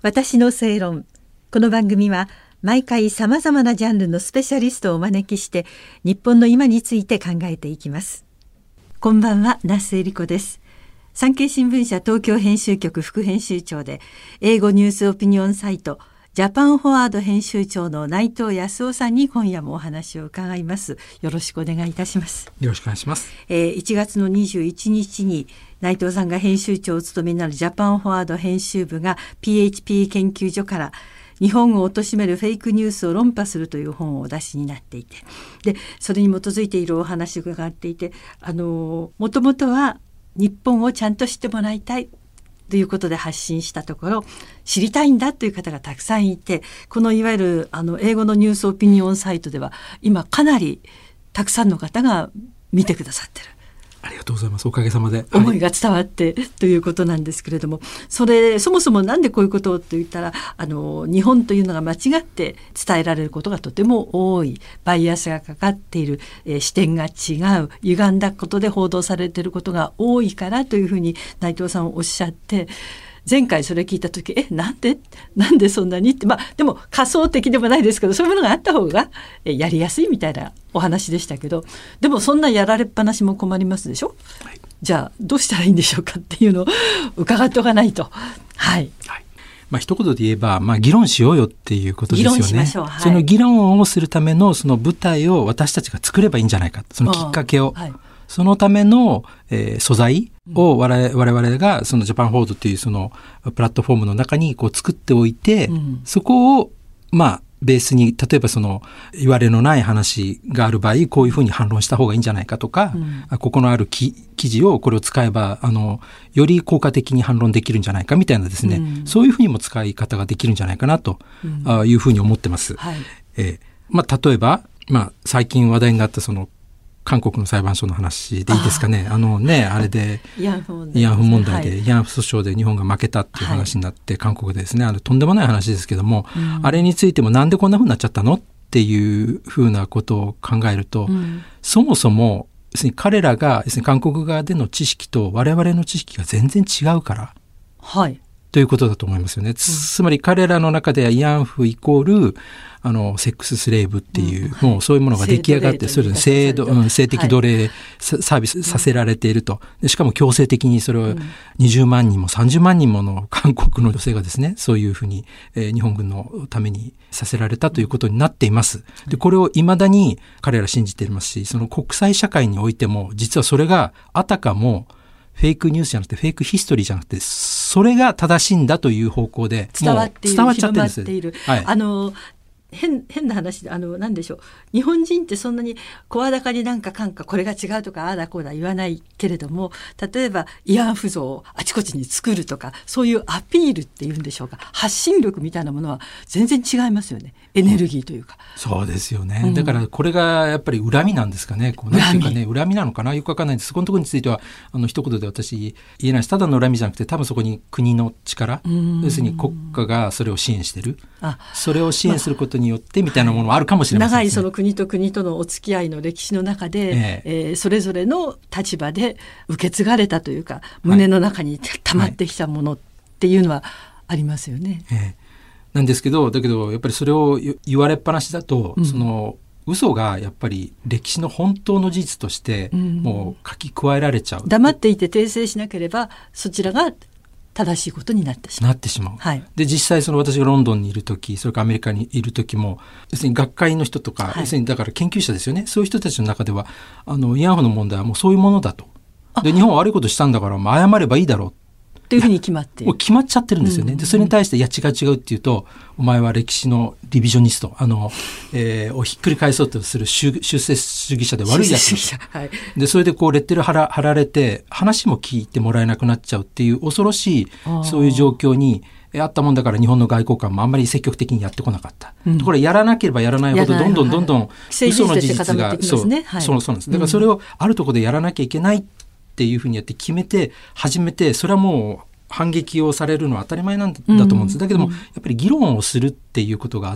私の正論。この番組は毎回さまざまなジャンルのスペシャリストをお招きして日本の今について考えていきます。こんばんは、那須恵理子です。産経新聞社東京編集局副編集長で英語ニュースオピニオンサイトジャパンフォワード編集長の内藤康夫さんに今夜もお話を伺います。よろしくお願いいたします。 よろしくお願いします。 1月の21日に内藤さんが編集長をお務めになるジャパンフォワード編集部が PHP 研究所から日本を貶めるフェイクニュースを論破するという本をお出しになっていて、でそれに基づいているお話があっていて、もともとは日本をちゃんと知ってもらいたいということで発信したところ、知りたいんだという方がたくさんいて、このいわゆる英語のニュースオピニオンサイトでは今かなりたくさんの方が見てくださってる。 ありがとうございます。おかげさまで思いが伝わって、ということなんですけれども、そもそもなんでこういうことをと言ったら、日本というのが間違って伝えられることがとても多い、バイアスがかかっている、視点が違う、歪んだことで報道されていることが多いからというふうに内藤さんおっしゃって、前回それ聞いた時なんでそんなにって、でも仮想的でもないですけど、そういうものがあった方がやりやすいみたいなお話でしたけど、でもそんなやられっぱなしも困りますでしょ、はい、じゃあどうしたらいいんでしょうかっていうのを伺っておかないと。はい、 はい、一言で言えば、議論しようよっていうことですよね。 議論しましょう、はい、 その議論をするためのその舞台を私たちが作ればいいんじゃないか、そのきっかけを、はい、そのための、素材を我々がそのジャパンフォワードというそのプラットフォームの中にこう作っておいて、そこをベースに、例えばその言われのない話がある場合、こういうふうに反論した方がいいんじゃないかとか、ここのある記事をこれを使えばより効果的に反論できるんじゃないかみたいなですね、そういうふうにも使い方ができるんじゃないかなというふうに思ってます。はい、例えば、最近話題になったその韓国の裁判所の話でいいですかね。あれで慰安婦問題で、慰安婦訴訟で日本が負けたっていう話になって、韓国でですね、とんでもない話ですけども、あれについてもなんでこんな風になっちゃったのっていう風なことを考えると、そもそも要するに彼らが要するに韓国側での知識と我々の知識が全然違うから、はい、ということだと思いますよね。つまり彼らの中では慰安婦イコールセックススレイブっていう、もうそういうものが出来上がって、それで性的奴隷サービスさせられていると。でしかも強制的にそれを20万人も30万人もの韓国の女性がですね、そういうふうに、日本軍のためにさせられたということになっています。で、これを未だに彼ら信じていますし、その国際社会においても、実はそれがあたかもフェイクニュースじゃなくてフェイクヒストリーじゃなくて、それが正しいんだという方向で伝わっちゃってるんです。はい、変な話で何でしょう、日本人ってそんなに声高になんかこれが違うとかああだこうだ言わないけれども、例えば慰安婦像をあちこちに作るとか、そういうアピールっていうんでしょうか、発信力みたいなものは全然違いますよね。エネルギーというか。 そうですよね、だからこれがやっぱり恨みなんですかね。なんていうかね、恨みなのかな、よくわかんないです。このところについては一言で私言えないです。ただの恨みじゃなくて、多分そこに国の力、要するに国家がそれを支援してる、それを支援することによってみたいなものもあるかもしれませんね。 長いその国と国とのお付き合いの歴史の中で、それぞれの立場で受け継がれたというか、胸の中に溜まってきたものっていうのはありますよね。 なんですけど、だけどやっぱりそれを言われっぱなしだと、その嘘がやっぱり歴史の本当の事実としてもう書き加えられちゃう。 黙っていて訂正しなければそちらが正しいことになってしまう。はい、で実際その私がロンドンにいる時、それからアメリカにいる時も、要するに学会の人とか、要するにだから研究者ですよね。そういう人たちの中では慰安婦の問題はもうそういうものだと。で日本は悪いことしたんだから謝ればいいだろうというふうに決まっている。 もう決まっちゃってるんですよね。でそれに対していや違うっていうと、お前は歴史のリビジョニストをひっくり返そうとする出世主義者で悪いやつ、はい、でそれでこうレッテル貼られて話も聞いてもらえなくなっちゃうっていう恐ろしいそういう状況にあったもんだから、日本の外交官もあんまり積極的にやってこなかった、ところやらなければやらないほどどんどん嘘の事実がそうなんです。だからそれをあるところでやらなきゃいけないっていうふうにやって決めて始めて、それはもう反撃をされるのは当たり前なんだと思うんです。だけどもやっぱり議論をするっていうことが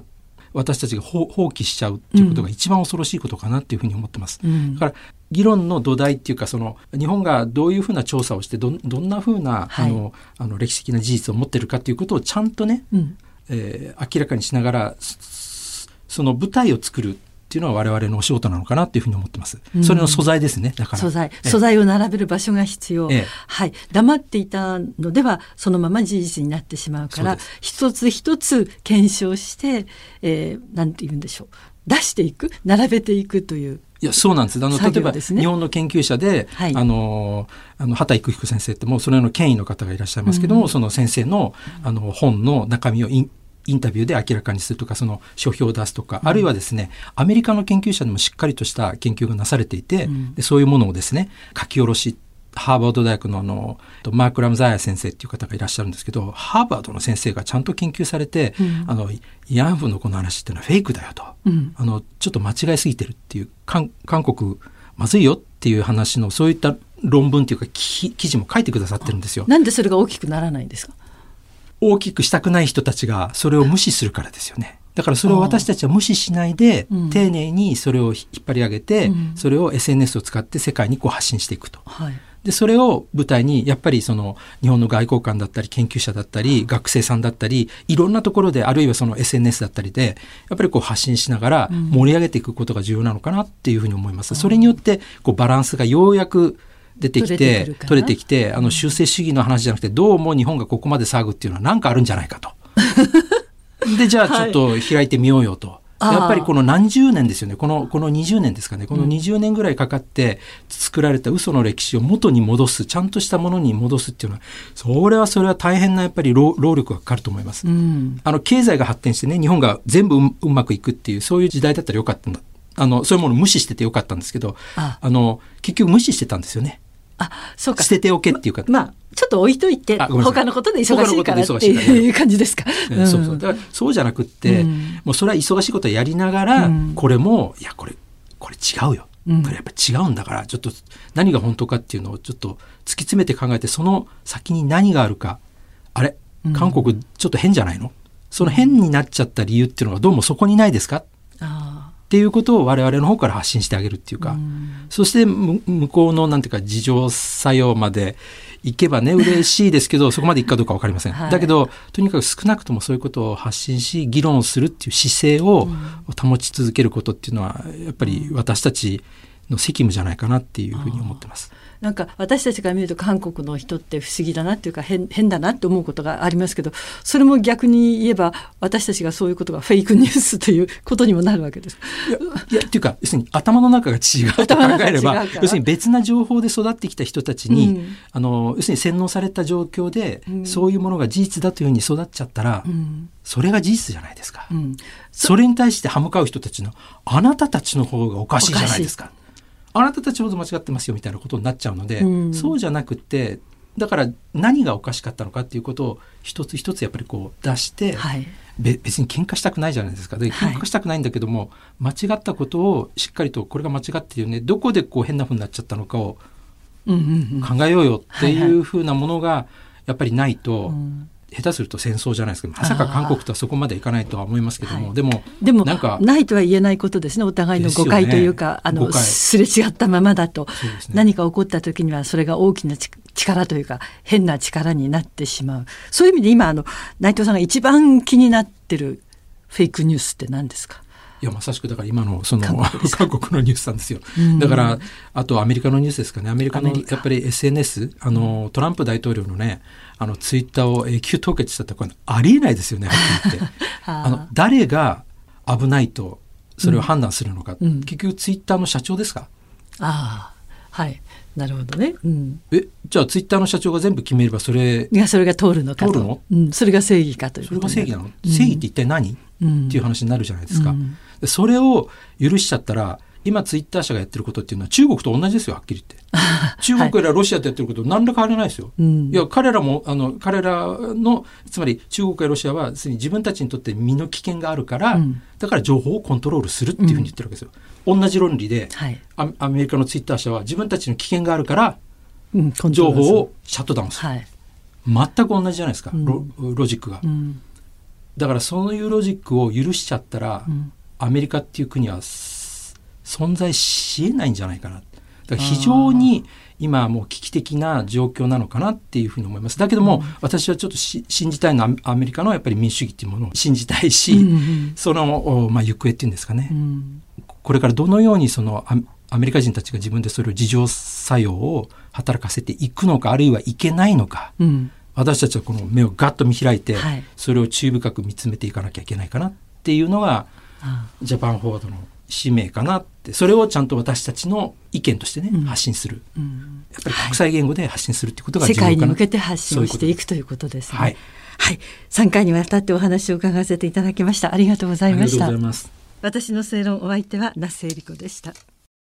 私たちが放棄しちゃうっていうことが一番恐ろしいことかなっていうふうに思ってます。だから議論の土台っていうか、その日本がどういうふうな調査をしてどんなふうな、歴史的な事実を持ってるかっていうことをちゃんとね、明らかにしながらその舞台を作るっていうのは我々のお仕事なのかなっていうふうに思ってます。それの素材ですね。だから素材を並べる場所が必要、はい、黙っていたのではそのまま事実になってしまうから、一つ一つ検証して、なんて言うんでしょう、出していく、並べていくという。 いや、そうなんです。例えば日本の研究者で、畑育彦先生ってもうそれの権威の方がいらっしゃいますけども、その先生の本の中身をインタビューで明らかにするとか、その書評を出すとか、あるいはですね、アメリカの研究者でもしっかりとした研究がなされていて、でそういうものをですね、書き下ろし、ハーバード大学のマーク・ラムザーヤ先生っていう方がいらっしゃるんですけど、ハーバードの先生がちゃんと研究されて、慰安婦のこの話っていうのはフェイクだよと、ちょっと間違いすぎてるっていう、韓国まずいよっていう話のそういった論文っていうか記事も書いてくださってるんですよ。 なんでそれが大きくならないんですか？ 大きくしたくない人たちがそれを無視するからですよね。だからそれを私たちは無視しないで、丁寧にそれを引っ張り上げて、それを SNS を使って世界にこう発信していくと。でそれを舞台にやっぱりその日本の外交官だったり研究者だったり学生さんだったりいろんなところで、あるいはその SNS だったりでやっぱりこう発信しながら盛り上げていくことが重要なのかなっていうふうに思います。それによってこうバランスがようやく出てきて取れてきて、修正主義の話じゃなくて、どうも日本がここまで騒ぐっていうのは何かあるんじゃないかとでじゃあちょっと開いてみようよと、やっぱりこの何十年ですよね、この20年ですかね、この20年ぐらいかかって作られた嘘の歴史を元に戻す、ちゃんとしたものに戻すっていうのは、それは大変なやっぱり労力がかかると思います。経済が発展してね、日本が全部うまくいくっていうそういう時代だったらよかったんだ、そういうものを無視しててよかったんですけど、結局無視してたんですよね。そうか、捨てておけっていうか、 ちょっと置いといて他のことで忙しいからっていう感じですか。 そうだからそうじゃなくって、もうそれは忙しいことをやりながら、これもいやこれ違うよ、これやっぱ違うんだから、ちょっと何が本当かっていうのをちょっと突き詰めて考えて、その先に何があるか、あれ韓国ちょっと変じゃないの、その変になっちゃった理由っていうのがどうもそこにないですかっていうことを我々の方から発信してあげるっていうか、そして向こうのなんていうか自浄作用までいけばね嬉しいですけどそこまでいくかどうか分かりません、だけどとにかく少なくともそういうことを発信し議論をするっていう姿勢を保ち続けることっていうのはやっぱり私たちの責務じゃないかなっていうふうに思ってます。 なんか私たちから見ると韓国の人って不思議だなっていうか 変だなって思うことがありますけど、それも逆に言えば私たちがそういうことがフェイクニュースということにもなるわけです。 いやっていうか要するに頭の中が違うと考えれば要するに別な情報で育ってきた人たちに、要するに洗脳された状況で、そういうものが事実だというふうに育っちゃったら、それが事実じゃないですか、それに対して歯向かう人たちのあなたたちの方がおかしいじゃないですか、あなたたちほど間違ってますよみたいなことになっちゃうので、そうじゃなくて、だから何がおかしかったのかっていうことを一つ一つやっぱりこう出して、別に喧嘩したくないじゃないですか。で喧嘩したくないんだけども、間違ったことをしっかりとこれが間違ってるよね、どこでこう変な風になっちゃったのかを考えようよっていう風なものがやっぱりないと、下手すると戦争じゃないですけど、まさか韓国とはそこまでいかないとは思いますけども、でもなんかないとは言えないことですね。お互いの誤解というか、すれ違ったままだと、何か起こった時にはそれが大きな力というか変な力になってしまう。そういう意味で今内藤さんが一番気になってるフェイクニュースって何ですか？ いやまさしくだから今のその韓国のニュースなんですよ、だからあとアメリカのニュースですかね。アメリカのやっぱり SNS、トランプ大統領のねツイッターを永久凍結したってこれありえないですよね、はっきり言って誰が危ないとそれを判断するのか、結局ツイッターの社長ですか？ なるほどね、 じゃあツイッターの社長が全部決めればそれが通るのかと、それが正義かということ。 それが正義なの、正義って一体何、っていう話になるじゃないですか、それを許しちゃったら今ツイッター社がやってることっていうのは中国と同じですよ、はっきり言って中国やロシアとやってること何ら変わらないですよ、いや彼らも彼らのつまり中国やロシアは自分たちにとって身の危険があるから、だから情報をコントロールするっていうふうに言ってるわけですよ、同じ論理で、アメリカのツイッター社は自分たちの危険があるから、情報をシャットダウンする、全く同じじゃないですか、ロジックが、 だからそういうロジックを許しちゃったら、アメリカっていう国は存在しえないんじゃないかな。だから非常に今はもう危機的な状況なのかなっていうふうに思います。だけども、私はちょっと信じたいのはアメリカのやっぱり民主主義っていうものを信じたいし、その、行方っていうんですかね、これからどのようにそのアメリカ人たちが自分でそれを自浄作用を働かせていくのか、あるいはいけないのか、私たちはこの目をガッと見開いて、それを注意深く見つめていかなきゃいけないかなっていうのがジャパンフォワードの使命かなって、それをちゃんと私たちの意見としてね、発信する、やっぱり国際言語で発信するっていうことが重要かな、 世界に向けて発信していくということですね。はい、3回にわたってお話を伺わせていただきました。ありがとうございました。 ありがとうございます。 私の正論、お相手は那須恵理子でした。